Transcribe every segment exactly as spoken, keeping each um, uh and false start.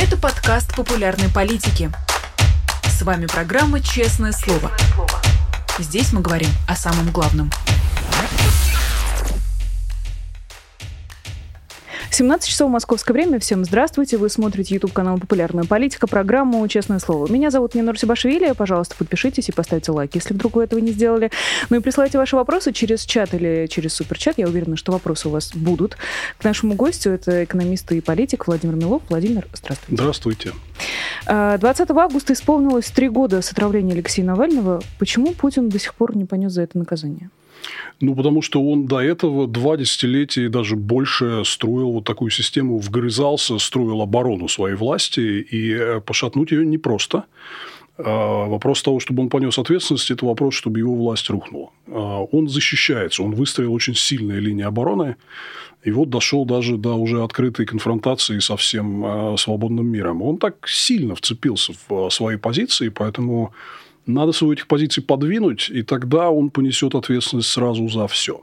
Это подкаст популярной политики. С вами программа «Честное слово». Здесь мы говорим о самом главном. семнадцать часов московское время. Всем здравствуйте. Вы смотрите YouTube-канал «Популярная политика», программу «Честное слово». Меня зовут Нина Русибашвили. Пожалуйста, подпишитесь и поставьте лайк, если вдруг вы этого не сделали. Ну и присылайте ваши вопросы через чат или через суперчат. Я уверена, что вопросы у вас будут. К нашему гостю, это экономист и политик Владимир Милов. Владимир, здравствуйте. Здравствуйте. двадцатого августа исполнилось три года с отравления Алексея Навального. Почему Путин до сих пор не понес за это наказание? Ну, потому что он до этого два десятилетия и даже больше строил вот такую систему, вгрызался, строил оборону своей власти, и пошатнуть ее непросто. Вопрос того, чтобы он понес ответственность, это вопрос, чтобы его власть рухнула. Он защищается, он выстроил очень сильные линии обороны, и вот дошел даже до уже открытой конфронтации со всем свободным миром. Он так сильно вцепился в свои позиции, поэтому надо свои этих позиций подвинуть, и тогда он понесет ответственность сразу за все.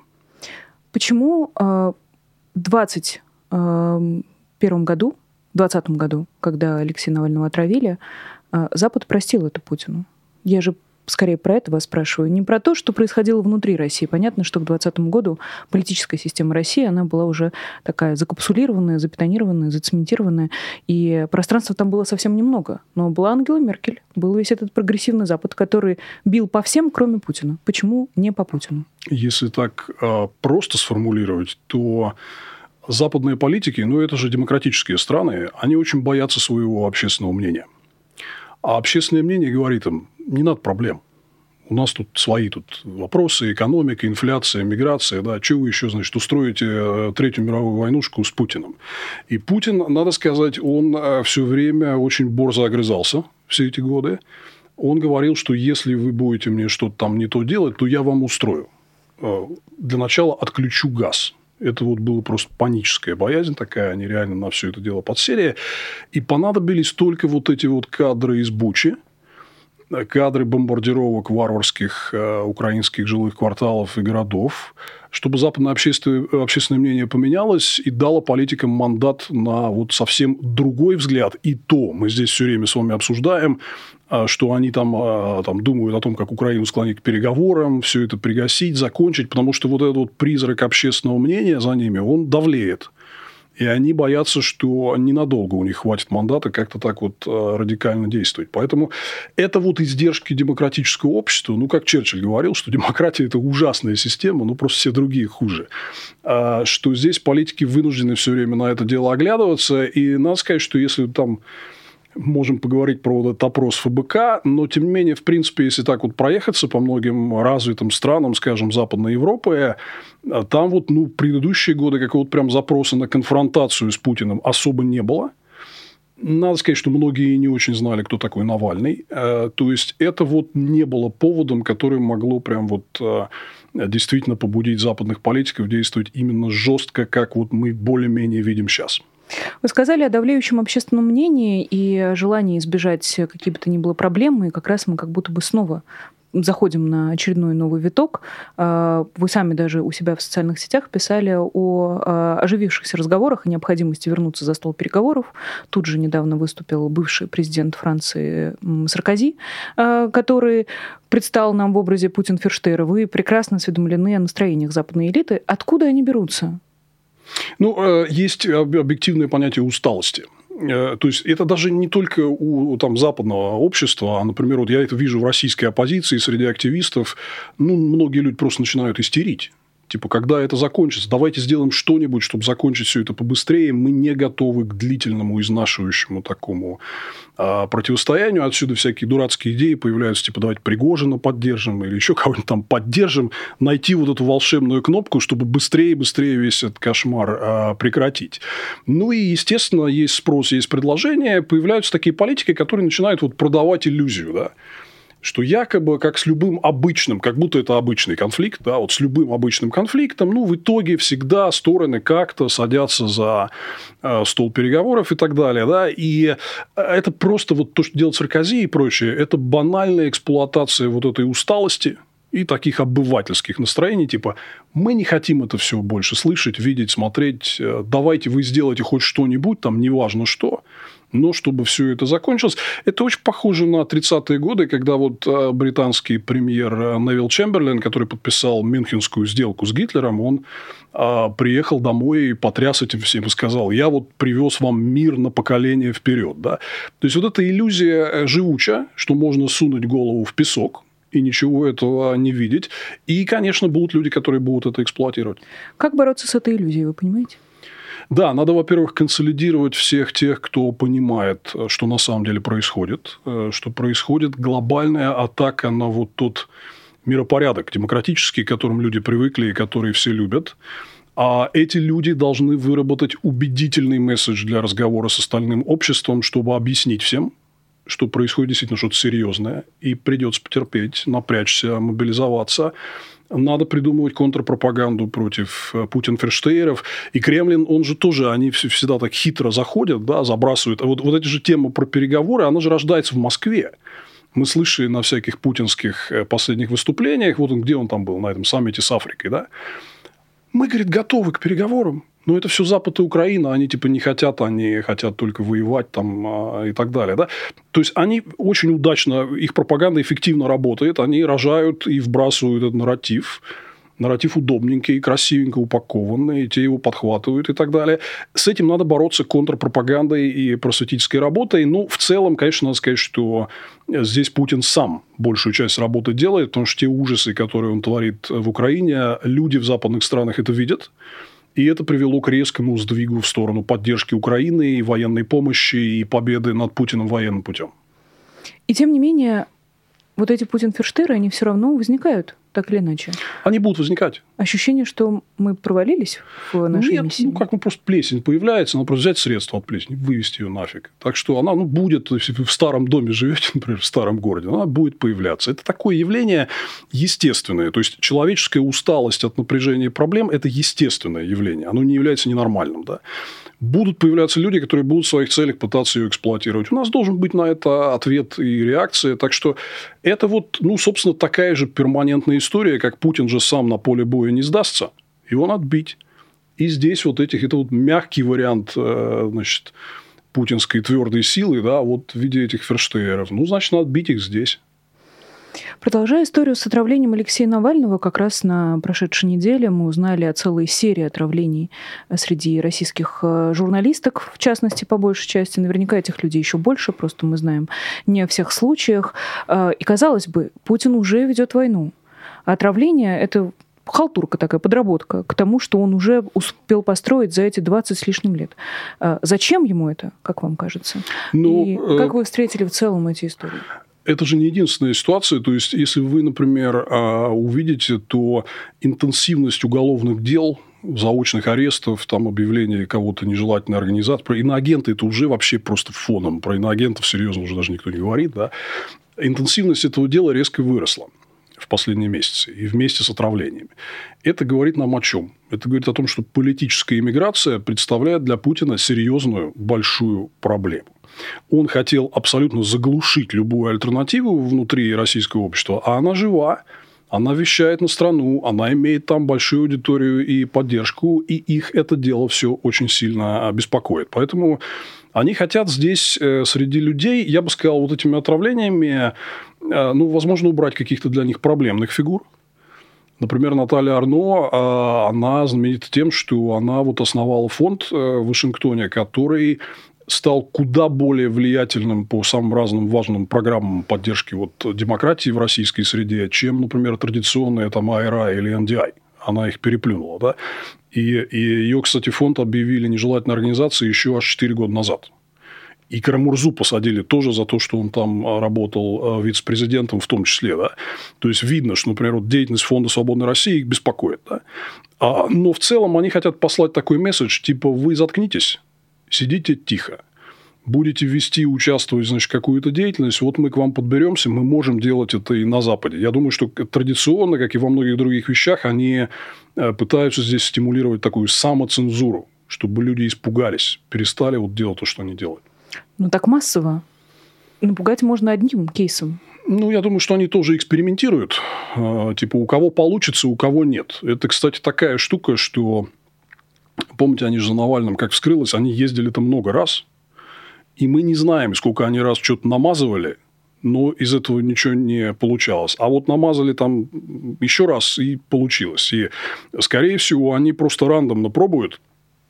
Почему в двадцать первом году, в двадцатом году, когда Алексея Навального отравили, Запад простил это Путину? Я же скорее про это вас спрашиваю. Не про то, что происходило внутри России. Понятно, что к двадцатому году политическая система России, она была уже такая закапсулированная, запетонированная, зацементированная, и пространства там было совсем немного. Но была Ангела Меркель, был весь этот прогрессивный Запад, который бил по всем, кроме Путина. Почему не по Путину? Если так э, просто сформулировать, то западные политики, ну это же демократические страны, они очень боятся своего общественного мнения. А общественное мнение говорит им: не надо проблем. У нас тут свои тут вопросы, экономика, инфляция, миграция. Да, что вы еще, значит, устроите Третью мировую войнушку с Путиным? И Путин, надо сказать, он все время очень борзо огрызался все эти годы. Он говорил, что если вы будете мне что-то там не то делать, то я вам устрою. Для начала отключу газ. Это вот была просто паническая боязнь такая, они реально на все это дело подсели. И понадобились только вот эти вот кадры из Бучи, кадры бомбардировок варварских э, украинских жилых кварталов и городов, чтобы западное общественное, общественное мнение поменялось и дало политикам мандат на вот совсем другой взгляд. И то мы здесь все время с вами обсуждаем, э, что они там, э, там думают о том, как Украину склонить к переговорам, все это пригасить, закончить, потому что вот этот вот призрак общественного мнения за ними, он давлеет. И они боятся, что ненадолго у них хватит мандата как-то так вот радикально действовать. Поэтому это вот издержки демократического общества. Ну, как Черчилль говорил, что демократия – это ужасная система, но просто все другие хуже. Что здесь политики вынуждены все время на это дело оглядываться. И надо сказать, что если там можем поговорить про этот опрос эф бэ ка, но, тем не менее, в принципе, если так вот проехаться по многим развитым странам, скажем, Западной Европы, там вот, ну, предыдущие годы какого-то прям запроса на конфронтацию с Путиным особо не было. Надо сказать, что многие не очень знали, кто такой Навальный. То есть, это вот не было поводом, который могло прям вот действительно побудить западных политиков действовать именно жестко, как вот мы более-менее видим сейчас. Вы сказали о давлеющем общественном мнении и желании избежать каких бы то ни было проблем, и как раз мы как будто бы снова заходим на очередной новый виток. Вы сами даже у себя в социальных сетях писали о оживившихся разговорах, о необходимости вернуться за стол переговоров. Тут же недавно выступил бывший президент Франции Саркози, который предстал нам в образе Путин-Ферштейра. Вы прекрасно осведомлены о настроениях западной элиты. Откуда они берутся? Ну, есть объективное понятие усталости. То есть, это даже не только у там, западного общества, а, например, вот я это вижу в российской оппозиции, среди активистов. Ну, многие люди просто начинают истерить. Типа, когда это закончится, давайте сделаем что-нибудь, чтобы закончить все это побыстрее. Мы не готовы к длительному, изнашивающему такому а, противостоянию. Отсюда всякие дурацкие идеи появляются. Типа, давайте Пригожина поддержим или еще кого-нибудь там поддержим. Найти вот эту волшебную кнопку, чтобы быстрее и быстрее весь этот кошмар а, прекратить. Ну, и, естественно, есть спрос, есть предложение. Появляются такие политики, которые начинают вот продавать иллюзию, да. Что якобы, как с любым обычным, как будто это обычный конфликт, да, вот с любым обычным конфликтом, ну, в итоге всегда стороны как-то садятся за э, стол переговоров и так далее, да, и это просто вот то, что делает Саркози и прочее, это банальная эксплуатация вот этой усталости и таких обывательских настроений, типа, мы не хотим это все больше слышать, видеть, смотреть, давайте вы сделаете хоть что-нибудь, там, неважно что, Но чтобы все это закончилось, это очень похоже на тридцатые годы, когда вот британский премьер Невил Чемберлен, который подписал Мюнхенскую сделку с Гитлером, он приехал домой и потряс этим всем и сказал: я вот привез вам мир на поколение вперед. Да? То есть, вот эта иллюзия живуча, что можно сунуть голову в песок и ничего этого не видеть. И, конечно, будут люди, которые будут это эксплуатировать. Как бороться с этой иллюзией, вы понимаете? Да, надо, во-первых, консолидировать всех тех, кто понимает, что на самом деле происходит, что происходит глобальная атака на вот тот миропорядок демократический, к которым люди привыкли и который все любят. А эти люди должны выработать убедительный месседж для разговора с остальным обществом, чтобы объяснить всем, что происходит действительно что-то серьезное, и придется потерпеть, напрячься, мобилизоваться. Надо придумывать контрпропаганду против путинферштейеров. И Кремлин, он же тоже, они всегда так хитро заходят, да, забрасывают. Вот, вот эти же темы про переговоры, она же рождается в Москве. Мы слышали на всяких путинских последних выступлениях, вот он, где он там был, на этом саммите с Африкой, да. Мы, говорит, готовы к переговорам. Но это все Запад и Украина, они типа не хотят, они хотят только воевать там и так далее. Да? То есть, они очень удачно, их пропаганда эффективно работает, они рожают и вбрасывают этот нарратив. Нарратив удобненький, красивенько упакованный, те его подхватывают и так далее. С этим надо бороться контрпропагандой и просветительской работой. Ну, в целом, конечно, надо сказать, что здесь Путин сам большую часть работы делает, потому что те ужасы, которые он творит в Украине, люди в западных странах это видят. И это привело к резкому сдвигу в сторону поддержки Украины и военной помощи, и победы над Путиным военным путем. И тем не менее, вот эти путинферштейры, они все равно возникают, так или иначе. Они будут возникать. Ощущение, что мы провалились в нашей Нет, миссии? ну как, ну просто плесень появляется, надо просто взять средства от плесени, вывести ее нафиг. Так что она, ну, будет, если вы в старом доме живете, например, в старом городе, она будет появляться. Это такое явление естественное. То есть, человеческая усталость от напряжения проблем – это естественное явление. Оно не является ненормальным, да. Будут появляться люди, которые будут в своих целях пытаться ее эксплуатировать. У нас должен быть на это ответ и реакция. Так что это вот, ну, собственно, такая же перманентная история, как Путин же сам на поле боя не сдастся. Его надо бить. И здесь вот этих, это вот мягкий вариант, значит, путинской твердой силы, да, вот в виде этих ферштейеров. Ну, значит, надо бить их здесь. Продолжая историю с отравлением Алексея Навального, как раз на прошедшей неделе мы узнали о целой серии отравлений среди российских журналисток, в частности, по большей части. Наверняка этих людей еще больше, просто мы знаем не о всех случаях. И, казалось бы, Путин уже ведет войну. А отравление – это халтурка такая, подработка к тому, что он уже успел построить за эти двадцать с лишним лет. Зачем ему это, как вам кажется? Ну, и как вы встретили в целом эти истории? Это же не единственная ситуация. То есть, если вы, например, увидите, то интенсивность уголовных дел, заочных арестов, там, объявление кого-то нежелательной организации. Про иноагенты это уже вообще просто фоном. Про иноагентов серьезно уже даже никто не говорит. Да? Интенсивность этого дела резко выросла в последние месяцы и вместе с отравлениями. Это говорит нам о чем? Это говорит о том, что политическая иммиграция представляет для Путина серьезную, большую проблему. Он хотел абсолютно заглушить любую альтернативу внутри российского общества, а она жива, она вещает на страну, она имеет там большую аудиторию и поддержку, и их это дело все очень сильно беспокоит. Поэтому они хотят здесь среди людей, я бы сказал, вот этими отравлениями, ну, возможно, убрать каких-то для них проблемных фигур. Например, Наталья Арно, она знаменита тем, что она вот основала фонд в Вашингтоне, который стал куда более влиятельным по самым разным важным программам поддержки вот демократии в российской среде, чем, например, традиционные там эй ар ай или эн ди ай. Она их переплюнула, да. И, и ее, кстати, фонд объявили нежелательной организацией еще аж четыре года назад. И Карамурзу посадили тоже за то, что он там работал вице-президентом в том числе. Да? То есть, видно, что, например, вот деятельность Фонда Свободной России их беспокоит. Да? А, но в целом они хотят послать такой месседж, типа, вы заткнитесь, сидите тихо. Будете вести, участвовать, значит, какую-то деятельность, вот мы к вам подберемся, мы можем делать это и на Западе. Я думаю, что традиционно, как и во многих других вещах, они пытаются здесь стимулировать такую самоцензуру, чтобы люди испугались, перестали вот делать то, что они делают. Ну, так массово. Напугать можно одним кейсом. Ну, я думаю, что они тоже экспериментируют. Типа, у кого получится, у кого нет. Это, кстати, такая штука, что... Помните, они же за Навальным как вскрылось, они ездили там много раз. И мы не знаем, сколько они раз что-то намазывали, но из этого ничего не получалось. А вот намазали там еще раз, и получилось. И, скорее всего, они просто рандомно пробуют,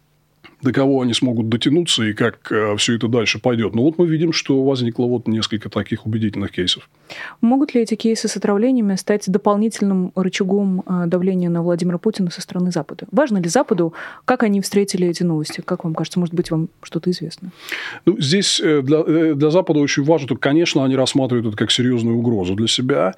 до кого они смогут дотянуться и как э, все это дальше пойдет. Но вот мы видим, что возникло вот несколько таких убедительных кейсов. Могут ли эти кейсы с отравлениями стать дополнительным рычагом э, давления на Владимира Путина со стороны Запада? Важно ли Западу, как они встретили эти новости? Как вам кажется, может быть, вам что-то известно? Ну, здесь для, для Запада очень важно, что, конечно, они рассматривают это как серьезную угрозу для себя.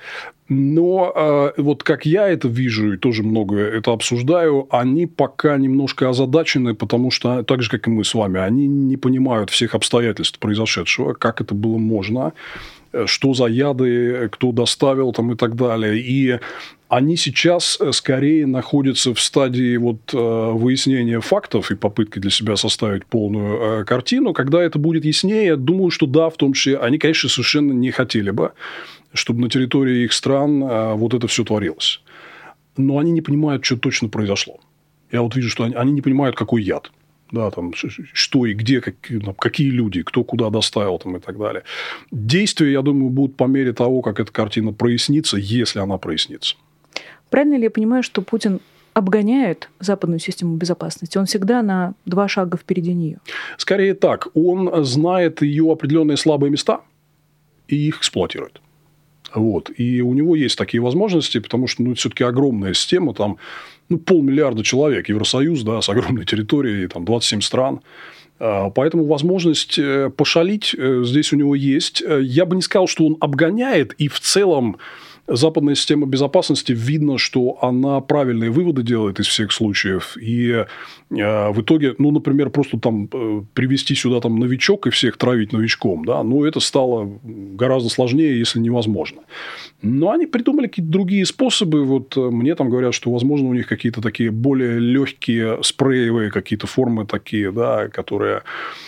Но э, вот как я это вижу и тоже много это обсуждаю, они пока немножко озадачены, потому что, так же, как и мы с вами, они не понимают всех обстоятельств произошедшего, как это было можно, что за яды, кто доставил там и так далее. И они сейчас скорее находятся в стадии вот, выяснения фактов и попытки для себя составить полную картину. Когда это будет яснее, думаю, что да, в том числе, они, конечно, совершенно не хотели бы, чтобы на территории их стран вот это все творилось. Но они не понимают, что точно произошло. Я вот вижу, что они, они не понимают, какой яд. Да, там, что и где, как, там, какие люди, кто куда доставил там, и так далее. Действия, я думаю, будут по мере того, как эта картина прояснится, если она прояснится. Правильно ли я понимаю, что Путин обгоняет западную систему безопасности? Он всегда на два шага впереди нее. Скорее так. Он знает ее определенные слабые места и их эксплуатирует. Вот. И у него есть такие возможности, потому что ну, все-таки огромная система, там ну, полмиллиарда человек, Евросоюз, да, с огромной территорией, там двадцать семь стран. Поэтому возможность пошалить здесь у него есть. Я бы не сказал, что он обгоняет, и в целом западная система безопасности, видно, что она правильные выводы делает из всех случаев. И э, в итоге, ну, например, просто там э, привести сюда там новичок и всех травить новичком, да, ну, это стало гораздо сложнее, если невозможно. Но они придумали какие-то другие способы. Вот мне там говорят, что, возможно, у них какие-то такие более легкие спреевые какие-то формы такие, да, которые...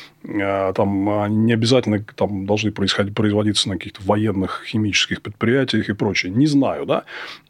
Там не обязательно там, должны происходить, производиться на каких-то военных химических предприятиях и прочее. Не знаю, да.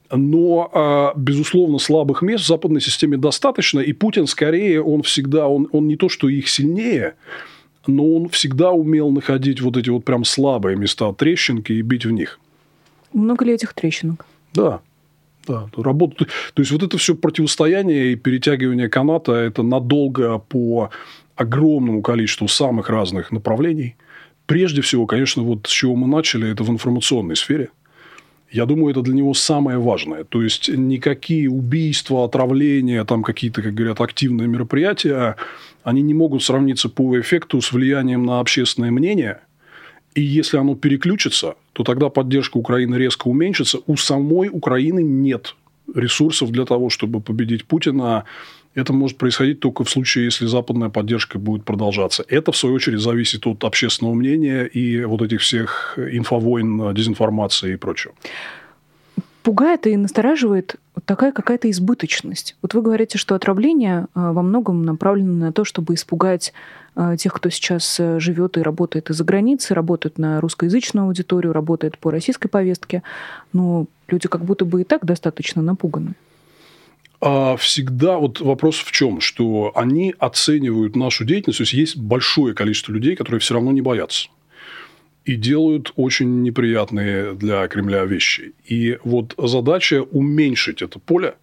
Но, безусловно, слабых мест в западной системе достаточно. И Путин, скорее, он всегда, он, он не то, что их сильнее, но он всегда умел находить вот эти вот прям слабые места, трещинки, и бить в них. Много ли этих трещинок? Да. Да, работа... То есть, вот это все противостояние и перетягивание каната, это надолго по огромному количеству самых разных направлений. Прежде всего, конечно, вот с чего мы начали, это в информационной сфере. Я думаю, это для него самое важное. То есть, никакие убийства, отравления, там какие-то, как говорят, активные мероприятия, они не могут сравниться по эффекту с влиянием на общественное мнение. И если оно переключится, то тогда поддержка Украины резко уменьшится. У самой Украины нет ресурсов для того, чтобы победить Путина. Это может происходить только в случае, если западная поддержка будет продолжаться. Это, в свою очередь, зависит от общественного мнения и вот этих всех инфовойн, дезинформации и прочего. Пугает и настораживает такая какая-то избыточность. Вот вы говорите, что отравление во многом направлено на то, чтобы испугать тех, кто сейчас живет и работает из-за границы, работает на русскоязычную аудиторию, работает по российской повестке. Но люди как будто бы и так достаточно напуганы. Всегда вот вопрос в чем, что они оценивают нашу деятельность. То есть, есть большое количество людей, которые все равно не боятся. И делают очень неприятные для Кремля вещи. И вот задача уменьшить это поле,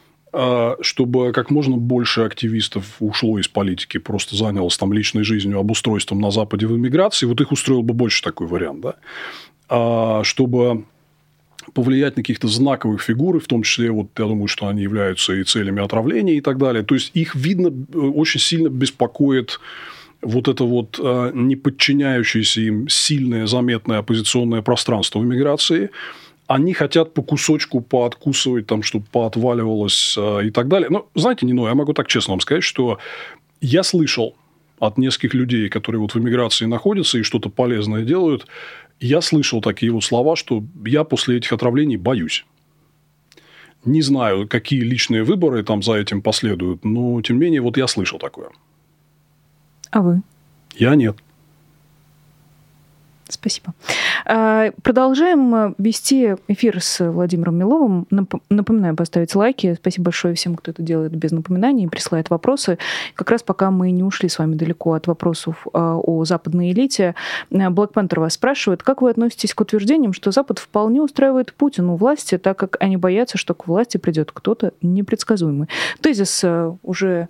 чтобы как можно больше активистов ушло из политики, просто занялось там личной жизнью, обустройством на Западе в эмиграции. Вот их устроил бы больше такой вариант. Да? Чтобы повлиять на каких-то знаковых фигур, в том числе, вот, я думаю, что они являются и целями отравления и так далее. То есть, их, видно, очень сильно беспокоит вот это вот э, не подчиняющееся им сильное, заметное оппозиционное пространство в эмиграции. Они хотят по кусочку пооткусывать, там, чтобы поотваливалось э, и так далее. Но, знаете, Нино, я могу так честно вам сказать, что я слышал от нескольких людей, которые вот в эмиграции находятся и что-то полезное делают, я слышал такие вот слова, что я после этих отравлений боюсь. Не знаю, какие личные выборы там за этим последуют, но, тем не менее, вот я слышал такое. А вы? Я нет. Спасибо. Продолжаем вести эфир с Владимиром Миловым. Напоминаю поставить лайки. Спасибо большое всем, кто это делает без напоминаний и присылает вопросы. Как раз пока мы не ушли с вами далеко от вопросов о западной элите, Black Panther вас спрашивает, как вы относитесь к утверждениям, что Запад вполне устраивает Путину власти, так как они боятся, что к власти придет кто-то непредсказуемый. Тезис уже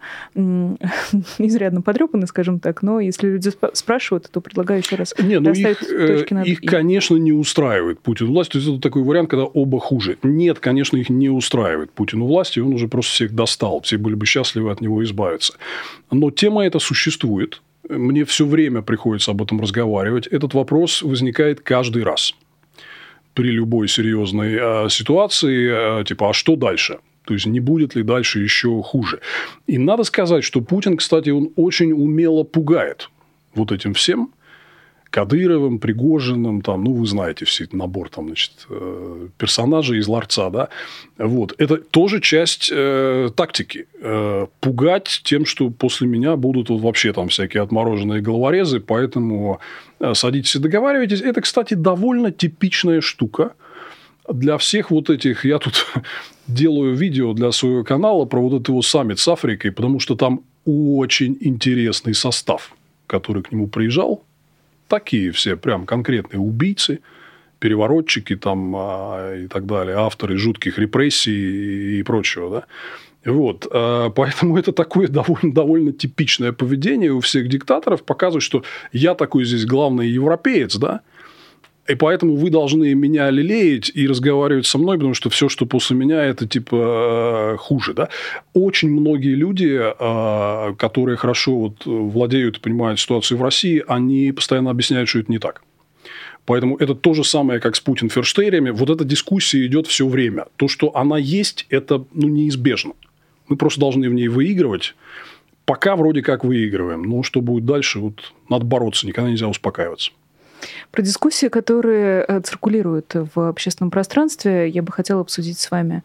изрядно подрёпанный, скажем так, но если люди спрашивают, то предлагаю еще раз не, ну расставить их, точки над «и». Их, конечно, не устраивает Путин власть. То есть это такой вариант, когда оба хуже. Нет, конечно, их не устраивает Путину власть, и он уже просто всех достал. Все были бы счастливы от него избавиться. Но тема эта существует. Мне все время приходится об этом разговаривать. Этот вопрос возникает каждый раз. При любой серьезной э, ситуации, э, типа, а что дальше? То есть, не будет ли дальше еще хуже? И надо сказать, что Путин, кстати, он очень умело пугает вот этим всем. Кадыровым, Пригожиным, там, ну, вы знаете, все этот набор там, значит, персонажей из ларца, да, вот. Это тоже часть э, тактики. Э, пугать тем, что после меня будут вот вообще там всякие отмороженные головорезы, поэтому э, садитесь и договаривайтесь. Это, кстати, довольно типичная штука для всех вот этих... Я тут делаю видео для своего канала про вот этот его саммит с Африкой, потому что там очень интересный состав, который к нему приезжал. Такие все прям конкретные убийцы, переворотчики там, а, и так далее, авторы жутких репрессий и прочего. Да? Вот. А, поэтому это такое довольно, довольно типичное поведение у всех диктаторов. Показывает, что я такой здесь главный европеец, да? И поэтому вы должны меня лелеять и разговаривать со мной, потому что все, что после меня, это типа хуже. Да? Очень многие люди, которые хорошо вот владеют и понимают ситуацию в России, они постоянно объясняют, что это не так. Поэтому это то же самое, как с Путин-ферштейрами. Вот эта дискуссия идет все время. То, что она есть, это ну, неизбежно. Мы просто должны в ней выигрывать. Пока вроде как выигрываем. Но что будет дальше, вот надо бороться. Никогда нельзя успокаиваться. Про дискуссии, которые циркулируют в общественном пространстве, я бы хотела обсудить с вами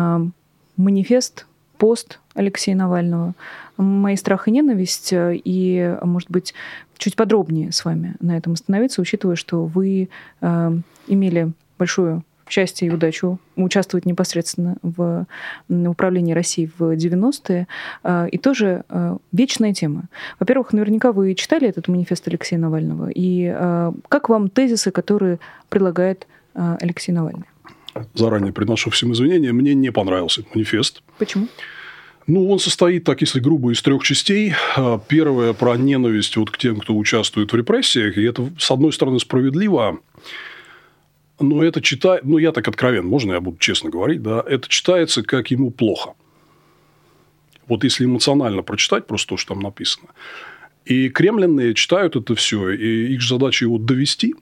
манифест, пост Алексея Навального, «Мои страх и ненависть», и, может быть, чуть подробнее с вами на этом остановиться, учитывая, что вы имели большую счастье и удачу участвовать непосредственно в управлении Россией в девяностые. И тоже вечная тема. Во-первых, наверняка вы читали этот манифест Алексея Навального. И как вам тезисы, которые предлагает Алексей Навальный? Заранее приношу всем извинения. Мне не понравился этот манифест. Почему? Ну, он состоит, так если грубо, из трех частей. Первая про ненависть вот к тем, кто участвует в репрессиях. И это, с одной стороны, справедливо. Но это читает, ну, я так откровенно, можно я буду честно говорить, да, это читается, как ему плохо. Вот если эмоционально прочитать просто то, что там написано. И кремлинные читают это все, и их задача его довести.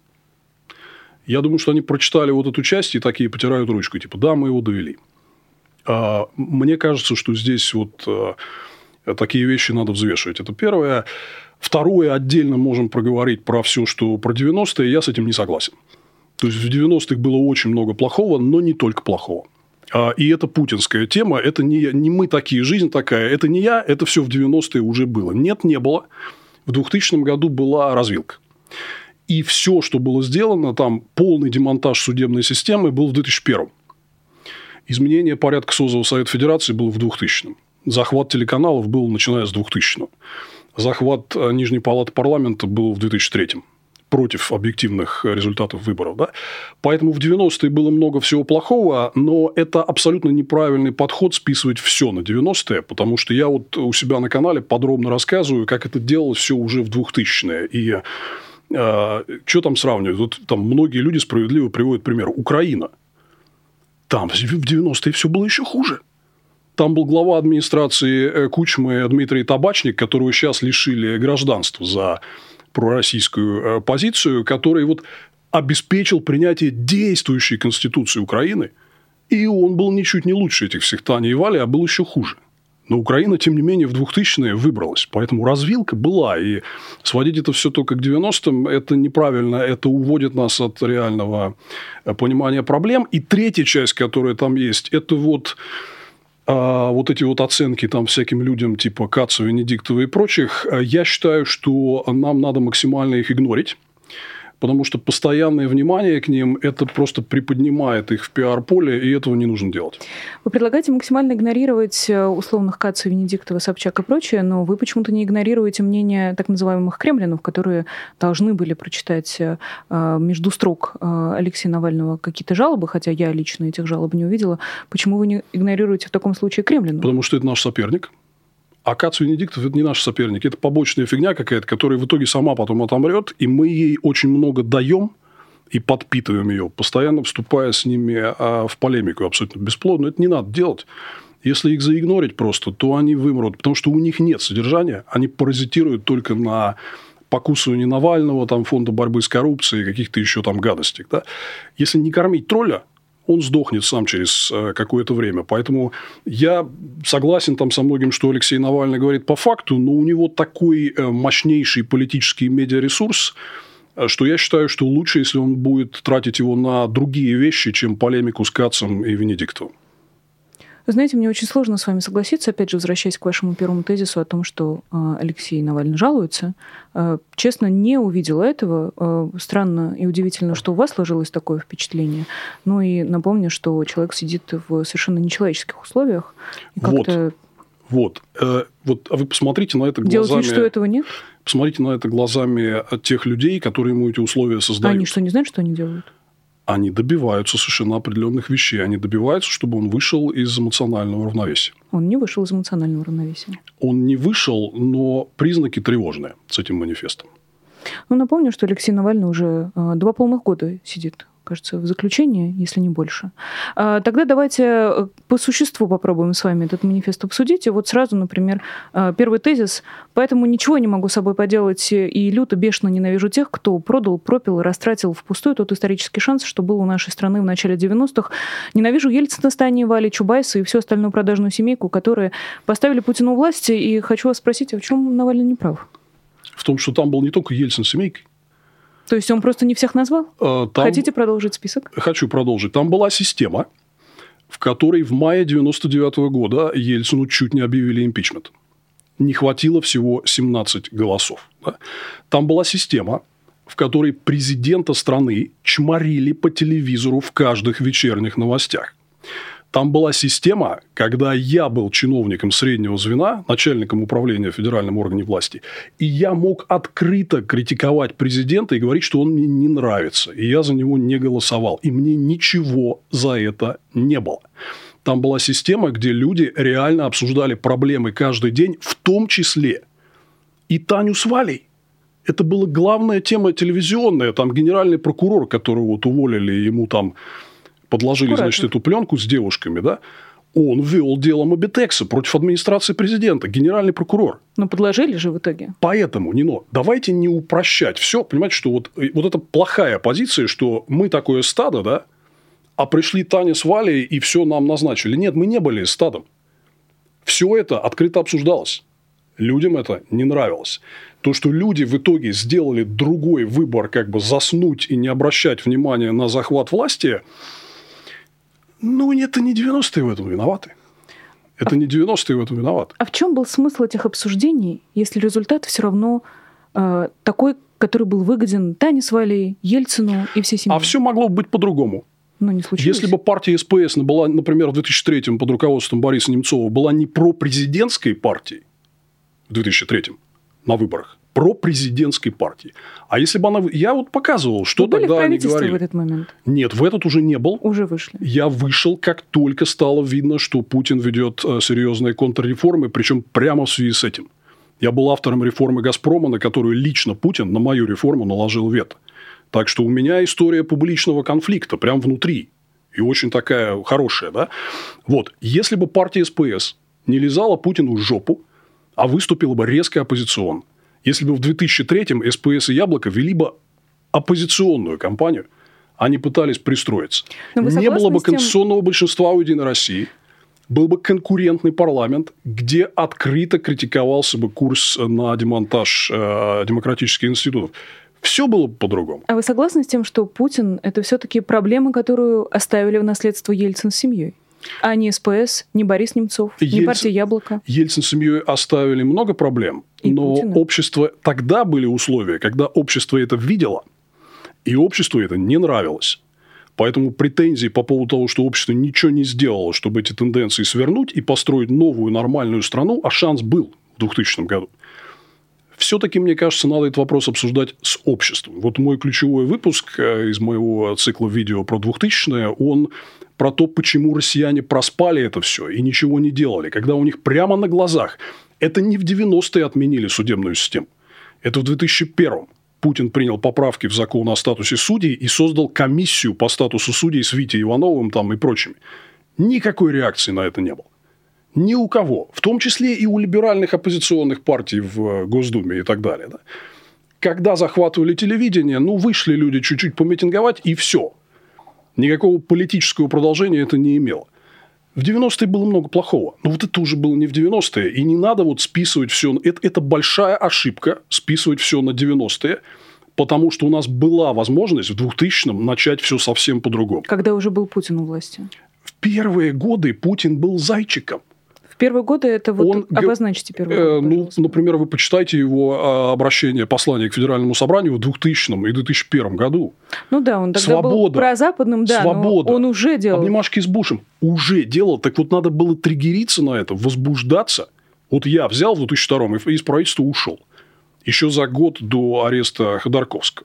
Я думаю, что они прочитали вот эту часть и такие потирают ручку, типа, да, мы его довели. А мне кажется, что здесь вот а, такие вещи надо взвешивать. Это первое. Второе, отдельно можем проговорить про все, что про девяностые, я с этим не согласен. То есть, в девяностых было очень много плохого, но не только плохого. И это путинская тема. Это не, не мы такие, жизнь такая. Это не я, это все в девяностые уже было. Нет, не было. В двухтысячном году была развилка. И все, что было сделано, там полный демонтаж судебной системы был в две тысячи первом. Изменение порядка созыва Совета Федерации было в двухтысячном. Захват телеканалов был начиная с двухтысячного. Захват Нижней палаты парламента был в две тысячи третьем. Против объективных результатов выборов. Да? Поэтому в девяностые было много всего плохого, но это абсолютно неправильный подход списывать все на девяностые, потому что я вот у себя на канале подробно рассказываю, как это делалось все уже в двухтысячные. И э, что там сравнивать? Вот, там многие люди справедливо приводят пример. Украина. Там в девяностые все было еще хуже. Там был глава администрации Кучмы Дмитрий Табачник, которого сейчас лишили гражданства за пророссийскую позицию, который вот обеспечил принятие действующей Конституции Украины. И он был ничуть не лучше этих всех Тани и Вали, а был еще хуже. Но Украина, тем не менее, в двухтысячные выбралась. Поэтому развилка была. И сводить это все только к девяностым – это неправильно. Это уводит нас от реального понимания проблем. И третья часть, которая там есть, это вот... А вот эти вот оценки там всяким людям типа Кацу, Венедиктова и прочих, я считаю, что нам надо максимально их игнорить, потому что постоянное внимание к ним, это просто приподнимает их в пиар-поле, и этого не нужно делать. Вы предлагаете максимально игнорировать условных Каца, Венедиктова, Собчак и прочее, но вы почему-то не игнорируете мнение так называемых кремлинов, которые должны были прочитать между строк Алексея Навального какие-то жалобы, хотя я лично этих жалоб не увидела. Почему вы не игнорируете в таком случае кремлинов? Потому что это наш соперник. А Кац Венедиктов – это не наш соперник. Это побочная фигня какая-то, которая в итоге сама потом отомрет, и мы ей очень много даем и подпитываем ее, постоянно вступая с ними в полемику абсолютно бесплодно. Это не надо делать. Если их заигнорить просто, то они вымрут, потому что у них нет содержания. Они паразитируют только на покусывании Навального, там, фонда борьбы с коррупцией, каких-то еще там гадостей. Да? Если не кормить тролля, он сдохнет сам через какое-то время. Поэтому я согласен там со многим, что Алексей Навальный говорит по факту, но у него такой мощнейший политический медиаресурс, что я считаю, что лучше, если он будет тратить его на другие вещи, чем полемику с Кацем и Венедиктовым. Вы знаете, мне очень сложно с вами согласиться, опять же, возвращаясь к вашему первому тезису о том, что Алексей Навальный жалуется. Честно, не увидела этого. Странно и удивительно, что у вас сложилось такое впечатление. Ну и напомню, что человек сидит в совершенно нечеловеческих условиях. И вот, вот. Вот, а вы посмотрите на это глазами... Делать вид, что этого нет? Посмотрите на это глазами тех людей, которые ему эти условия создают. Они что, не знают, что они делают? Они добиваются совершенно определенных вещей. Они добиваются, чтобы он вышел из эмоционального равновесия. Он не вышел из эмоционального равновесия. Он не вышел, но признаки тревожные с этим манифестом. Ну, напомню, что Алексей Навальный уже два полных года сидит, кажется, в заключении, если не больше. Тогда давайте по существу попробуем с вами этот манифест обсудить. И вот сразу, например, первый тезис. Поэтому ничего не могу с собой поделать и люто, бешено ненавижу тех, кто продал, пропил и растратил впустую тот исторический шанс, что был у нашей страны в начале девяностых. Ненавижу Ельцина, Стани, Вали, Чубайса и всю остальную продажную семейку, которые поставили Путина у власти. И хочу вас спросить, а в чем Навальный не прав? В том, что там был не только Ельцин с семейкой. То есть он просто не всех назвал? Там... Хотите продолжить список? Хочу продолжить. Там была система, в которой в мае девяносто девятого года Ельцину чуть не объявили импичмент. Не хватило всего семнадцать голосов. Да? Там была система, в которой президента страны чморили по телевизору в каждых вечерних новостях. Там была система, когда я был чиновником среднего звена, начальником управления в федеральном органе власти, и я мог открыто критиковать президента и говорить, что он мне не нравится, и я за него не голосовал, и мне ничего за это не было. Там была система, где люди реально обсуждали проблемы каждый день, в том числе и Таню с Валей. Это была главная тема телевизионная. Там генеральный прокурор, которого вот уволили, ему там... подложили, Аккуратно. значит, эту пленку с девушками, да, он вел дело Мобитекса против администрации президента, генеральный прокурор. Но подложили же в итоге. Поэтому, Нино, давайте не упрощать все. Понимаете, что вот, вот это плохая позиция, что мы такое стадо, да, а пришли Таня с Валей и все нам назначили. Нет, мы не были стадом. Все это открыто обсуждалось. Людям это не нравилось. То, что люди в итоге сделали другой выбор, как бы заснуть и не обращать внимания на захват власти... Ну, это не девяностые в этом виноваты. Это а не девяностые в этом виноваты. А в чем был смысл этих обсуждений, если результат все равно э, такой, который был выгоден Тане с Валей, Ельцину и всей семье? А все могло быть по-другому. Но не случилось. Если бы партия СПС была, например, в две тысячи третьем под руководством Бориса Немцова была не пропрезидентской партией в две тысячи третьем на выборах, пропрезидентской партии. А если бы она... Я вот показывал, что Вы тогда они говорили. Вы были в правительстве в этот момент? Нет, в этот уже не был. Уже вышли. Я вышел, как только стало видно, что Путин ведет серьезные контрреформы, причем прямо в связи с этим. Я был автором реформы «Газпрома», на которую лично Путин на мою реформу наложил вето. Так что у меня история публичного конфликта прямо внутри. И очень такая хорошая. Да? Вот. Если бы партия СПС не лизала Путину в жопу, а выступила бы резко оппозиционно, если бы в две тысячи третьем СПС и Яблоко вели бы оппозиционную кампанию, они пытались пристроиться. Не было бы конституционного тем... большинства у «Единой России», был бы конкурентный парламент, где открыто критиковался бы курс на демонтаж э, демократических институтов. Все было бы по-другому. А вы согласны с тем, что Путин – это все-таки проблема, которую оставили в наследство Ельцин с семьей? А не СПС, не Борис Немцов, Ельцин, не партия «Яблоко». Ельцин с семьей оставили много проблем, и но Путина. Общество... Тогда были условия, когда общество это видело, И обществу это не нравилось. Поэтому претензии по поводу того, что общество ничего не сделало, чтобы эти тенденции свернуть и построить новую нормальную страну, а шанс был в двухтысячном году. Все-таки, мне кажется, надо этот вопрос обсуждать с обществом. Вот мой ключевой выпуск из моего цикла видео про двухтысячные, он про то, почему россияне проспали это все и ничего не делали, когда у них прямо на глазах. Это не в девяностые отменили судебную систему. Это в две тысячи первом. Путин принял поправки в закон о статусе судей и создал комиссию по статусу судей с Витей Ивановым там и прочими. Никакой реакции на это не было. Ни у кого. В том числе и у либеральных оппозиционных партий в Госдуме и так далее. Да? Когда захватывали телевидение, ну, вышли люди чуть-чуть помитинговать, и все. Никакого политического продолжения это не имело. В девяностые было много плохого. Но вот это уже было не в девяностые. И не надо вот списывать все. Это, это большая ошибка списывать все на девяностые. Потому что у нас была возможность в двухтысячном начать все совсем по-другому. Когда уже был Путин у власти? В первые годы Путин был зайчиком. В первые годы это вот он, обозначьте первые годы, ну, например, вы почитайте его обращение, послание к Федеральному собранию в двухтысячном и две тысячи первом году. Ну да, он тогда Свобода, был прозападным, да, свобода, но он уже делал. Обнимашки с Бушем уже делал. Так вот, надо было триггериться на это, возбуждаться. Вот я взял в две тысячи втором и из правительства ушел. Еще за год до ареста Ходорковского.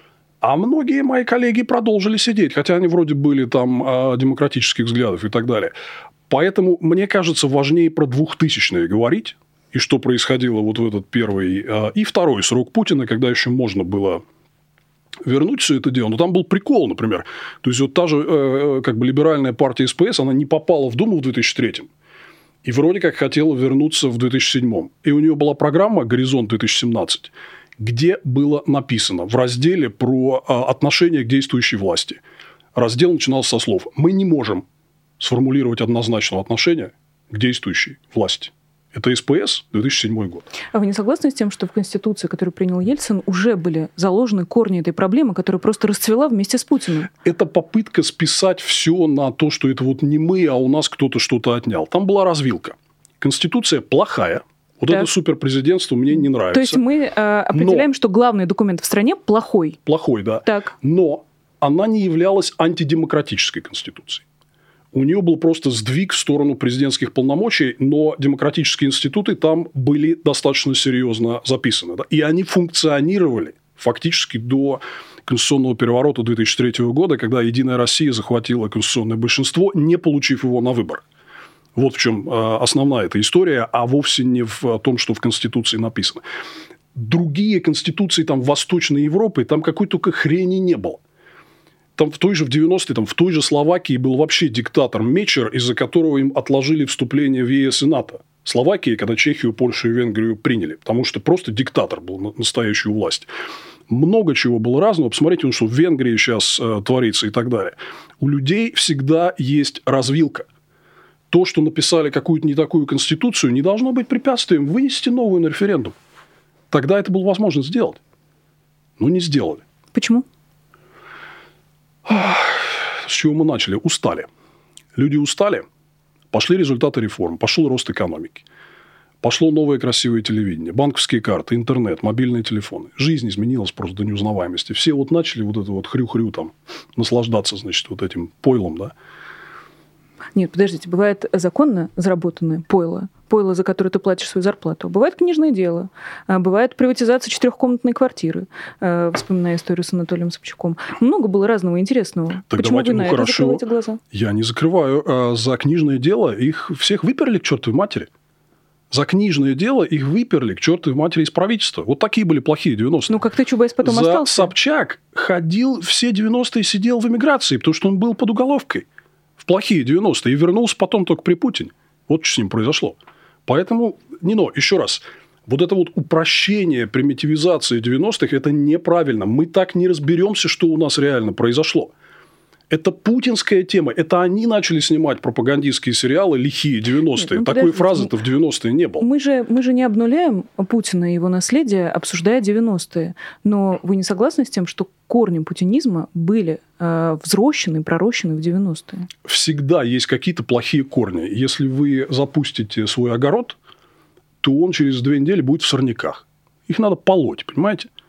А многие мои коллеги продолжили сидеть, хотя они вроде были там демократических взглядов и так далее. Поэтому, мне кажется, важнее про двухтысячные говорить, и что происходило вот в этот первый и второй срок Путина, когда еще можно было вернуть все это дело. Но там был прикол, например. То есть, вот та же как бы либеральная партия СПС, она не попала в Думу в две тысячи третьем. И вроде как хотела вернуться в две тысячи седьмом. И у нее была программа «Горизонт две тысячи семнадцать», где было написано в разделе про отношение к действующей власти. Раздел начинался со слов «Мы не можем сформулировать однозначного отношения к действующей власти». Это СПС, две тысячи седьмой год. А вы не согласны с тем, что в Конституции, которую принял Ельцин, уже были заложены корни этой проблемы, которая просто расцвела вместе с Путиным? Это попытка списать все на то, что это вот не мы, а у нас кто-то что-то отнял. Там была развилка. Конституция плохая. Вот так. Это суперпрезидентство мне не нравится. То есть мы э, определяем, Но... что главный документ в стране плохой? Плохой, да. Так. Но она не являлась антидемократической конституцией. У нее был просто сдвиг в сторону президентских полномочий, но демократические институты там были достаточно серьезно записаны. Да? И они функционировали фактически до конституционного переворота две тысячи третьего года, когда «Единая Россия» захватила конституционное большинство, не получив его на выборах. Вот в чем основная эта история, а вовсе не в том, что в Конституции написано. Другие конституции там, Восточной Европы, там какой только хрени не было. Там в той же в девяностые, там, в той же Словакии был вообще диктатор Мечер, из-за которого им отложили вступление в ЕС и НАТО. Словакии, когда Чехию, Польшу и Венгрию приняли. Потому что просто диктатор был настоящий у власти. Много чего было разного. Посмотрите, что в Венгрии сейчас э, творится и так далее. У людей всегда есть развилка. То, что написали какую-то не такую конституцию, не должно быть препятствием вынести новую на референдум. Тогда это было возможно сделать. Но не сделали. Почему? С чего мы начали? Устали. Люди устали. Пошли результаты реформ. Пошел рост экономики. Пошло новое красивое телевидение. Банковские карты, интернет, мобильные телефоны. Жизнь изменилась просто до неузнаваемости. Все вот начали вот это вот хрю-хрю там наслаждаться, значит, вот этим пойлом, да. Нет, подождите, бывает законно заработанное пойло, пойло, за которое ты платишь свою зарплату. Бывает книжное дело, бывает приватизация четырехкомнатной квартиры, вспоминая историю с Анатолием Собчаком. Много было разного интересного. Так Почему давайте, вы на ну, это хорошо. закрываете глаза? Я не закрываю. За книжное дело их всех выперли к чертовой матери. За книжное дело их выперли к чертовой матери из правительства. Вот такие были плохие девяностые. Ну, как-то Чубайс потом За остался. Собчак ходил все девяностые, сидел в эмиграции, потому что он был под уголовкой. В плохие девяностые. И вернулся потом только при Путине. Вот что с ним произошло. Поэтому, Нино, еще раз. Вот это вот упрощение, примитивизация девяностых – это неправильно. Мы так не разберемся, что у нас реально произошло. Это путинская тема. Это они начали снимать пропагандистские сериалы «Лихие девяностые». Нет, ну, такой фразы-то в девяностые не было. Мы же, мы же не обнуляем Путина и его наследие, обсуждая девяностые. Но вы не согласны с тем, что корни путинизма были э, взрощены, пророщены в девяностые? Всегда есть какие-то плохие корни. Если вы запустите свой огород, то он через две недели будет в сорняках. Их надо полоть, понимаете?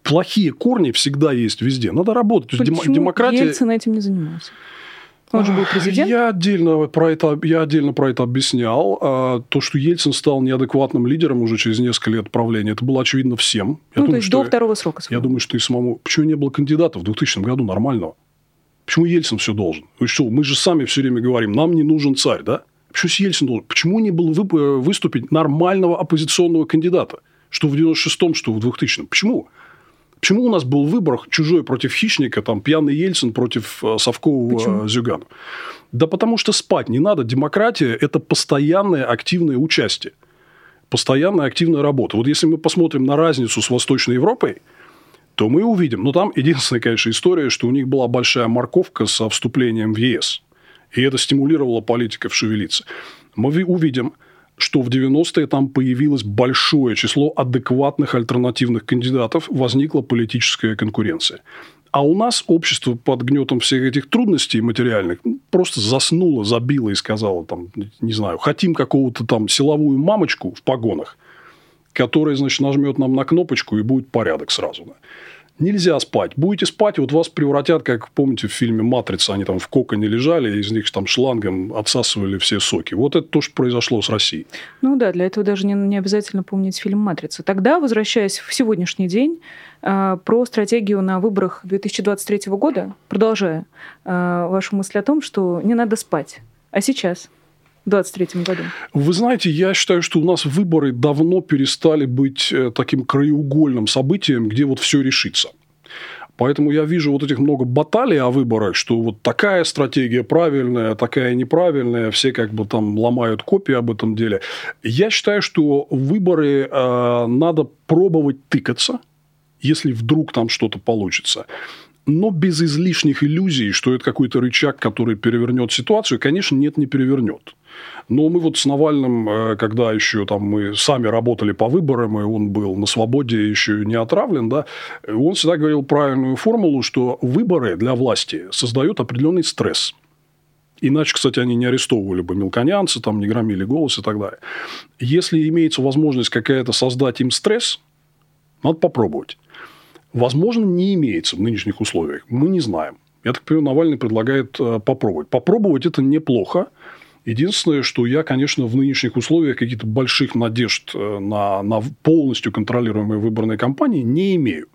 плохие корни всегда есть везде. Надо работать. То есть Почему демократия... Ельцин этим не занимался? Он же был президент. Я отдельно про это, я отдельно про это объяснял. То, что Ельцин стал неадекватным лидером уже через несколько лет правления, это было очевидно всем. Я ну, думаю, то есть что... до второго срока. Я думаю, что и самому... Почему не было кандидата в двухтысячном году нормального? Почему Ельцин все должен? Вы что, мы же сами все время говорим, нам не нужен царь, да? Почему Ельцин должен? Почему не было выступить нормального оппозиционного кандидата? Что в девяносто шестом, что в двухтысячном? Почему? Почему у нас был выбор чужой против хищника, там, пьяный Ельцин против совкового Зюганова? Да потому что спать не надо. Демократия – это постоянное активное участие. Постоянная активная работа. Вот если мы посмотрим на разницу с Восточной Европой, то мы увидим, ну, там единственная, конечно, история, что у них была большая морковка со вступлением в ЕС. И это стимулировало политиков шевелиться. Мы увидим, что в девяностые там появилось большое число адекватных альтернативных кандидатов, возникла политическая конкуренция. А у нас общество под гнетом всех этих трудностей материальных просто заснуло, забило и сказало, там, не знаю, хотим какого-то там силовую мамочку в погонах, которая, значит, нажмет нам на кнопочку, и будет порядок сразу. Да. Нельзя спать. Будете спать, вот вас превратят, как, помните, в фильме «Матрица», они там в коконе лежали, из них там шлангом отсасывали все соки. Вот это то, что произошло с Россией. Ну да, для этого даже не, не обязательно помнить фильм «Матрица». Тогда, возвращаясь в сегодняшний день, э, про стратегию на выборах две тысячи двадцать третьего года, продолжая э, вашу мысль о том, что не надо спать. А сейчас? В двадцать третьем году. Вы знаете, я считаю, что у нас выборы давно перестали быть таким краеугольным событием, где вот все решится. Поэтому я вижу вот этих много баталий о выборах, что вот такая стратегия правильная, такая неправильная, все как бы там ломают копии об этом деле. Я считаю, что выборы э, надо пробовать тыкаться, если вдруг там что-то получится. Но без излишних иллюзий, что это какой-то рычаг, который перевернет ситуацию, конечно, нет, не перевернет. Но мы вот с Навальным, когда еще там мы сами работали по выборам, и он был на свободе, еще не отравлен, да, он всегда говорил правильную формулу, что выборы для власти создают определенный стресс. Иначе, кстати, они не арестовывали бы мелконянца, там, не громили голос и так далее. Если имеется возможность какая-то создать им стресс, надо попробовать. Возможно, не имеется в нынешних условиях. Мы не знаем. Я так понимаю, Навальный предлагает попробовать. Попробовать – это неплохо. Единственное, что я, конечно, в нынешних условиях каких-то больших надежд на, на полностью контролируемые выборные кампании не имею.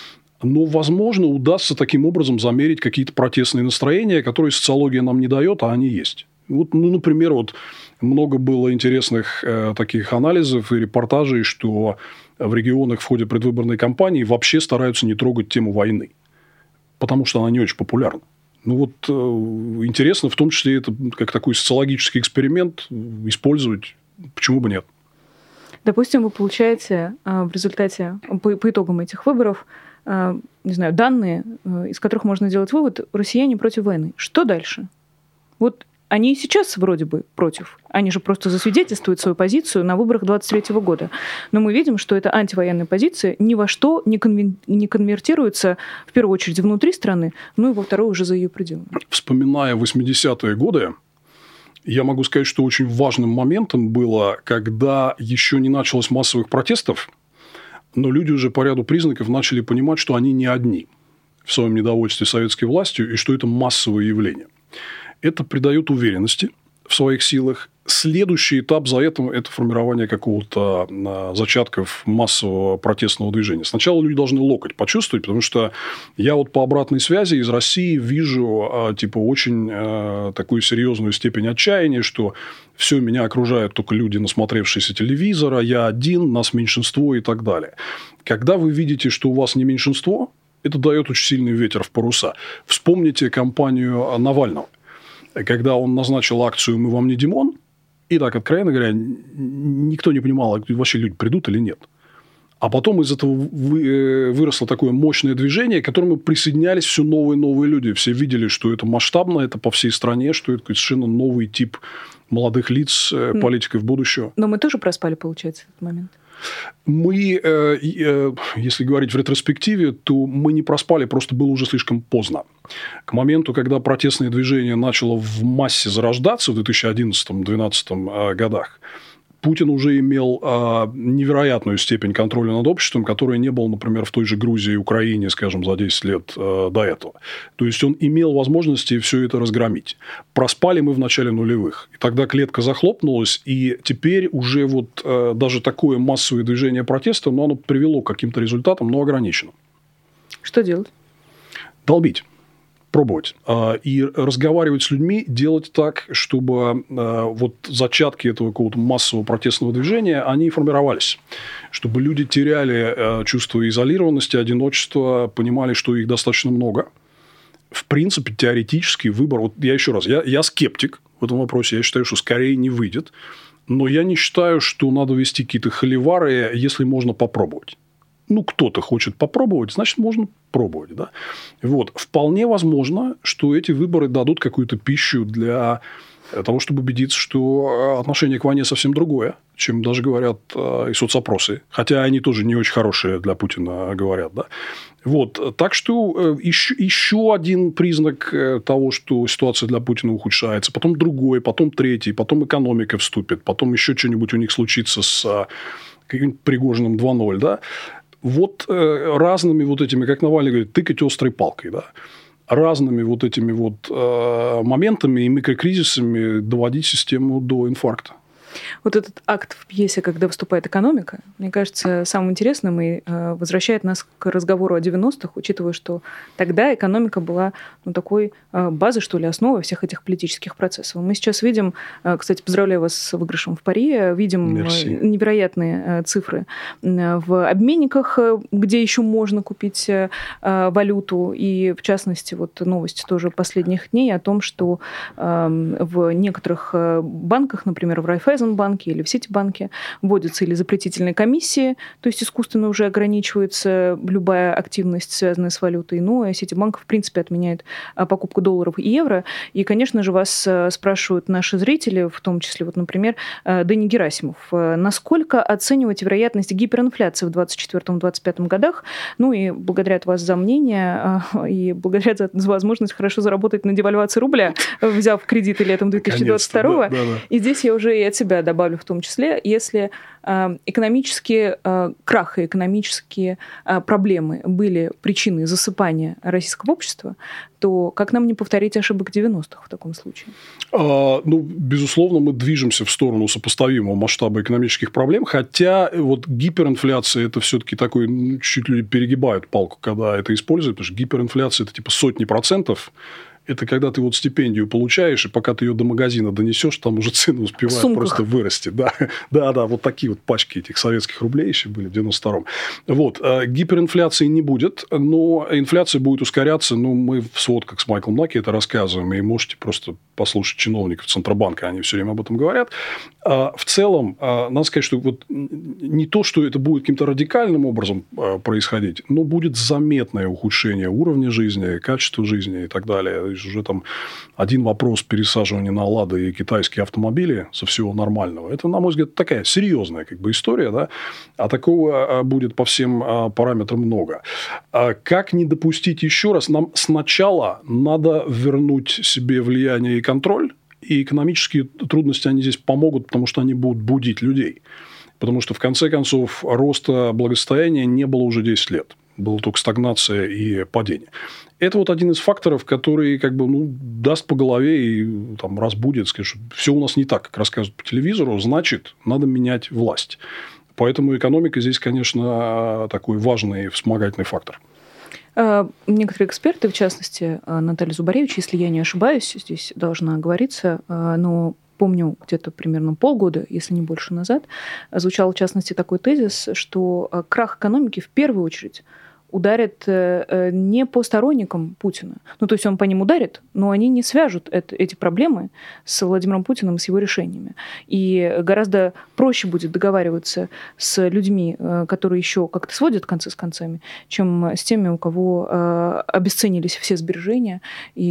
Но, возможно, удастся таким образом замерить какие-то протестные настроения, которые социология нам не дает, а они есть. Вот, ну, например, вот много было интересных э, таких анализов и репортажей, что в регионах в ходе предвыборной кампании вообще стараются не трогать тему войны, потому что она не очень популярна. Ну, вот э, интересно в том числе это как такой социологический эксперимент использовать. Почему бы нет? Допустим, вы получаете э, в результате, по, по итогам этих выборов, э, не знаю, данные, э, из которых можно делать вывод, россияне против войны. Что дальше? Вот они и сейчас вроде бы против. Они же просто засвидетельствуют свою позицию на выборах двадцать третьего года. Но мы видим, что эта антивоенная позиция ни во что не, конвен... не конвертируется, в первую очередь, внутри страны, ну и во вторую уже за ее пределами. Вспоминая восьмидесятые годы, я могу сказать, что очень важным моментом было, когда еще не началось массовых протестов, но люди уже по ряду признаков начали понимать, что они не одни в своем недовольстве советской властью и что это массовое явление. Это придает уверенности в своих силах. Следующий этап за этим – это формирование какого-то зачатков массового протестного движения. Сначала люди должны локоть почувствовать, потому что я вот по обратной связи из России вижу типа очень такую серьезную степень отчаяния, что все, меня окружают только люди, насмотревшиеся телевизора, я один, нас меньшинство и так далее. Когда вы видите, что у вас не меньшинство, это дает очень сильный ветер в паруса. Вспомните кампанию Навального. Когда он назначил акцию «Мы вам не Димон», и так, откровенно говоря, никто не понимал, вообще люди придут или нет. А потом из этого выросло такое мощное движение, к которому присоединялись все новые и новые люди. Все видели, что это масштабно, это по всей стране, что это совершенно новый тип молодых лиц, политиков будущего. Но мы тоже проспали, получается, этот момент. Мы, если говорить в ретроспективе, то мы не проспали, просто было уже слишком поздно. К моменту, когда протестное движение начало в массе зарождаться в две тысячи одиннадцатом-две тысячи двенадцатом годах, Путин уже имел а, невероятную степень контроля над обществом, которая не была, например, в той же Грузии и Украине, скажем, за десять лет а, до этого. То есть, он имел возможности все это разгромить. Проспали мы в начале нулевых. И тогда клетка захлопнулась, и теперь уже вот а, даже такое массовое движение протеста, но оно привело к каким-то результатам, но ограниченным. Что делать? Долбить. Пробовать. И разговаривать с людьми, делать так, чтобы вот зачатки этого какого-то массового протестного движения, они формировались. Чтобы люди теряли чувство изолированности, одиночества, понимали, что их достаточно много. В принципе, теоретический выбор... Вот я еще раз, я, я скептик в этом вопросе. Я считаю, что скорее не выйдет. Но я не считаю, что надо вести какие-то холивары, если можно попробовать. Ну, кто-то хочет попробовать, значит, можно пробовать. Да? Вот. Вполне возможно, что эти выборы дадут какую-то пищу для того, чтобы убедиться, что отношение к войне совсем другое, чем даже говорят и соцопросы. Хотя они тоже не очень хорошие для Путина говорят. Да? Вот. Так что еще, еще один признак того, что ситуация для Путина ухудшается, потом другой, потом третий, потом экономика вступит, потом еще что-нибудь у них случится с каким-нибудь Пригожиным два ноль, да? Вот э, разными вот этими, как Навальный говорит, тыкать острой палкой, да, разными вот этими вот э, моментами и микрокризисами доводить систему до инфаркта. Вот этот акт в пьесе, когда выступает экономика, мне кажется, самым интересным и э, возвращает нас к разговору о девяностых, учитывая, что тогда экономика была ну, такой э, базой, что ли, основой всех этих политических процессов. Мы сейчас видим, э, кстати, поздравляю вас с выигрышем в пари, видим Мерси. невероятные э, цифры э, в обменниках, э, где еще можно купить э, валюту. И, в частности, вот новость тоже последних дней о том, что э, в некоторых банках, например, в Райфайзен банке или в Ситибанке вводятся или запретительные комиссии, то есть искусственно уже ограничивается любая активность, связанная с валютой. Ну, а Ситибанк, в принципе, отменяет покупку долларов и евро. И, конечно же, вас спрашивают наши зрители, в том числе, вот, например, Дени Герасимов, насколько оцениваете вероятность гиперинфляции в двадцать четвёртом - двадцать пятом годах? Ну, и благодарят вас за мнение, и благодарят за возможность хорошо заработать на девальвации рубля, взяв кредиты летом две тысячи двадцать второго. Да, да, да. И здесь я уже и от себя добавлю в том числе, если э, экономические э, крах и экономические э, проблемы были причиной засыпания российского общества, то как нам не повторить ошибок девяностых в таком случае? А, ну, безусловно, мы движемся в сторону сопоставимого масштаба экономических проблем, хотя вот гиперинфляция – это все-таки такой, ну, чуть люди перегибают палку, когда это используют, потому что гиперинфляция – это типа сотни процентов. Это когда ты вот стипендию получаешь, и пока ты ее до магазина донесешь, там уже цены успевают просто вырасти. Да, да, да, вот такие вот пачки этих советских рублей еще были в девяносто втором. Вот. Гиперинфляции не будет, но инфляция будет ускоряться. Ну, мы в сводках с Майклом Наки это рассказываем, и можете просто послушать чиновников Центробанка, они все время об этом говорят. В целом, надо сказать, что вот не то, что это будет каким-то радикальным образом происходить, но будет заметное ухудшение уровня жизни, качества жизни и так далее. Уже там один вопрос пересаживания на «Лады» и китайские автомобили со всего нормального. Это, на мой взгляд, такая серьезная как бы история, да? А такого будет по всем параметрам много. Как не допустить еще раз? Нам сначала надо вернуть себе влияние и контроль, и экономические трудности, они здесь помогут, потому что они будут будить людей. Потому что, в конце концов, роста благосостояния не было уже десять лет. Была только стагнация и падение. Это вот один из факторов, который как бы, ну, даст по голове и там, разбудит, скажет, что все у нас не так, как рассказывают по телевизору, значит, надо менять власть. Поэтому экономика здесь, конечно, такой важный вспомогательный фактор. Некоторые эксперты, в частности, Наталья Зубаревич, если я не ошибаюсь, здесь должна оговориться, но помню, где-то примерно полгода, если не больше назад, звучал, в частности, такой тезис, что крах экономики в первую очередь ударит не по сторонникам Путина. Ну, то есть, он по ним ударит, но они не свяжут это, эти проблемы с Владимиром Путиным и с его решениями. И гораздо проще будет договариваться с людьми, которые еще как-то сводят концы с концами, чем с теми, у кого обесценились все сбережения,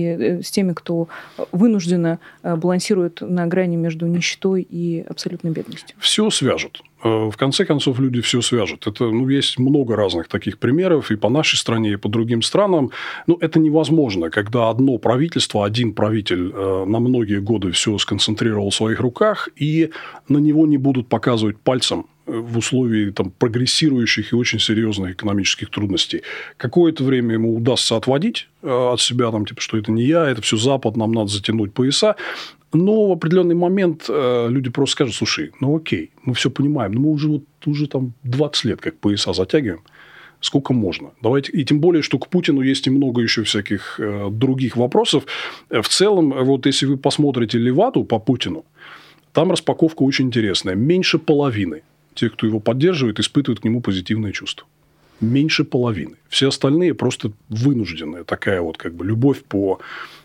и с теми, кто вынужденно балансирует на грани между нищетой и абсолютной бедностью. Все свяжут. В конце концов, люди все свяжут. Это, ну, есть много разных таких примеров и по нашей стране, и по другим странам. Но это невозможно, когда одно правительство, один правитель на многие годы все сконцентрировал в своих руках, и на него не будут показывать пальцем в условии там, прогрессирующих и очень серьезных экономических трудностей. Какое-то время ему удастся отводить от себя, там, типа, что это не я, это все Запад, нам надо затянуть пояса. Но в определенный момент э, люди просто скажут: слушай, ну окей, мы все понимаем, но мы уже, вот, уже там двадцать лет как пояса затягиваем, сколько можно. Давайте. И тем более, что к Путину есть и много еще всяких э, других вопросов. В целом, вот если вы посмотрите Леваду по Путину, там распаковка очень интересная. Меньше половины тех, кто его поддерживает, испытывают к нему позитивные чувства. Меньше половины. Все остальные просто вынужденная такая вот как бы любовь по...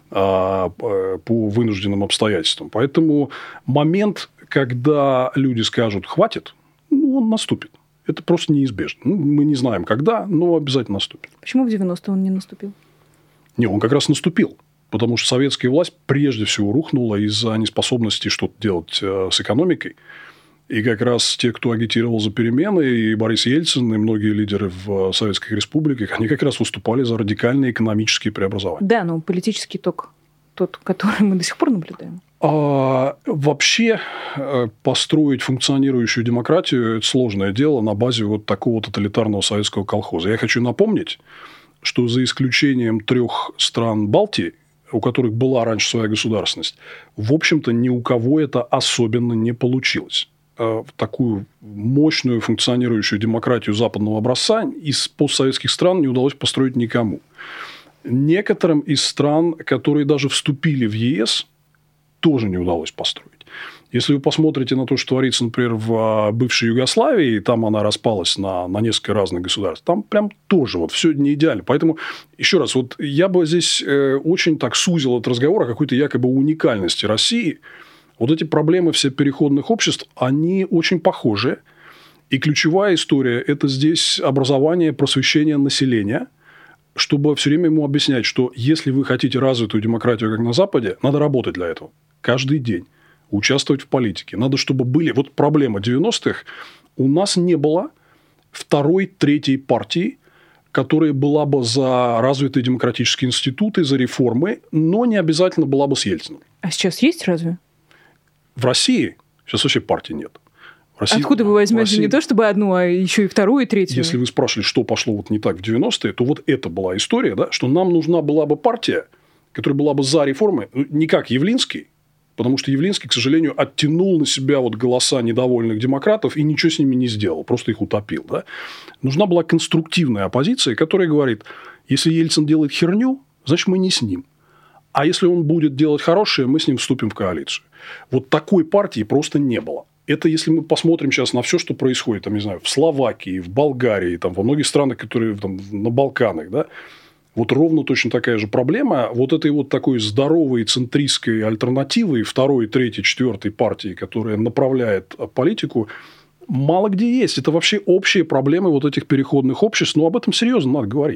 по вынужденным обстоятельствам. Поэтому момент, когда люди скажут «хватит», ну, он наступит. Это просто неизбежно. Ну, мы не знаем, когда, но обязательно наступит. Почему в девяностые он не наступил? Не, он как раз наступил. Потому что советская власть прежде всего рухнула из-за неспособности что-то делать с экономикой. И как раз те, кто агитировал за перемены, и Борис Ельцин, и многие лидеры в советских республиках, они как раз выступали за радикальные экономические преобразования. Да, но политический ток тот, который мы до сих пор наблюдаем. А, вообще построить функционирующую демократию – это сложное дело на базе вот такого тоталитарного советского колхоза. Я хочу напомнить, что за исключением трех стран Балтии, у которых была раньше своя государственность, в общем-то, ни у кого это особенно не получилось. В такую мощную функционирующую демократию западного образца из постсоветских стран не удалось построить никому. Некоторым из стран, которые даже вступили в ЕС, тоже не удалось построить. Если вы посмотрите на то, что творится, например, в бывшей Югославии, там она распалась на, на несколько разных государств, там прям тоже вот все не идеально. Поэтому, еще раз, вот я бы здесь э, очень так сузил этот разговор о какой-то якобы уникальности России. Вот эти проблемы всех переходных обществ, они очень похожи. И ключевая история – это здесь образование, просвещение населения, чтобы все время ему объяснять, что если вы хотите развитую демократию, как на Западе, надо работать для этого каждый день, участвовать в политике. Надо, чтобы были... Вот проблема девяностых. У нас не было второй, третьей партии, которая была бы за развитые демократические институты, за реформы, но не обязательно была бы с Ельциным. А сейчас есть разве? В России сейчас вообще партии нет. России, откуда вы возьмете России... не то чтобы одну, а еще и вторую, и третью? Если вы спрашивали, что пошло вот не так в девяностые, то вот это была история, да, что нам нужна была бы партия, которая была бы за реформы, не как Явлинский, потому что Явлинский, к сожалению, оттянул на себя вот голоса недовольных демократов и ничего с ними не сделал, просто их утопил. Да? Нужна была конструктивная оппозиция, которая говорит, если Ельцин делает херню, значит, мы не с ним. А если он будет делать хорошее, мы с ним вступим в коалицию. Вот такой партии просто не было. Это если мы посмотрим сейчас на все, что происходит, там, не знаю, в Словакии, в Болгарии, там, во многих странах, которые там, на Балканах, да, вот ровно точно такая же проблема. Вот этой вот такой здоровой центристской альтернативы второй, третьей, четвертой партии, которая направляет политику, мало где есть. Это вообще общие проблемы вот этих переходных обществ. Но об этом серьезно надо говорить.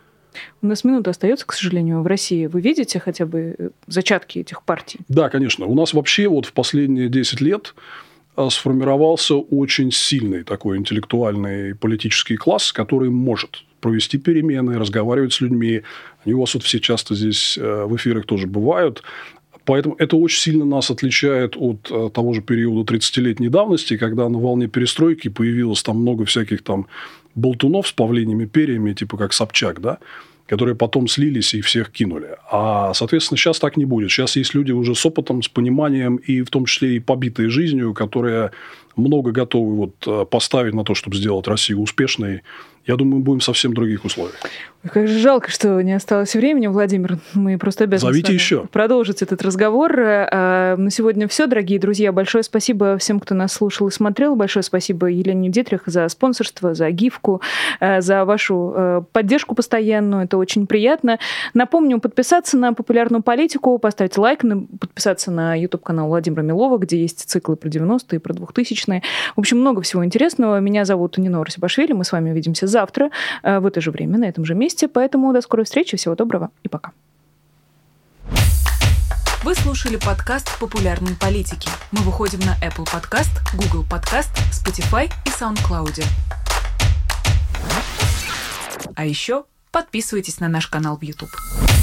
У нас минута остается, к сожалению, в России. Вы видите хотя бы зачатки этих партий? Да, конечно. У нас вообще вот в последние десять лет сформировался очень сильный такой интеллектуальный политический класс, который может провести перемены, разговаривать с людьми. Они у вас вот все часто здесь в эфирах тоже бывают. Поэтому это очень сильно нас отличает от того же периода тридцатилетней давности, когда на волне перестройки появилось там много всяких там болтунов с павлиньими перьями, типа как Собчак, да, которые потом слились и всех кинули. А, соответственно, сейчас так не будет. Сейчас есть люди уже с опытом, с пониманием, и в том числе и побитые жизнью, которые много готовы вот поставить на то, чтобы сделать Россию успешной. Я думаю, мы будем в совсем других условиях. Ой, как же жалко, что не осталось времени, Владимир. Мы просто обязаны Зовите еще. продолжить этот разговор. На сегодня все, дорогие друзья. Большое спасибо всем, кто нас слушал и смотрел. Большое спасибо Елене Дитрих за спонсорство, за гифку, за вашу поддержку постоянную. Это очень приятно. Напомню, подписаться на «Популярную политику», поставить лайк, подписаться на YouTube-канал Владимира Милова, где есть циклы про девяностые, про двухтысячные. В общем, много всего интересного. Меня зовут Нинора Сибашвили. Мы с вами увидимся завтра в это же время, на этом же месте. Поэтому до скорой встречи. Всего доброго и пока. Вы слушали подкаст «Популярные политики». Мы выходим на Apple Podcast, Google Podcast, Spotify и SoundCloud. А еще подписывайтесь на наш канал в YouTube.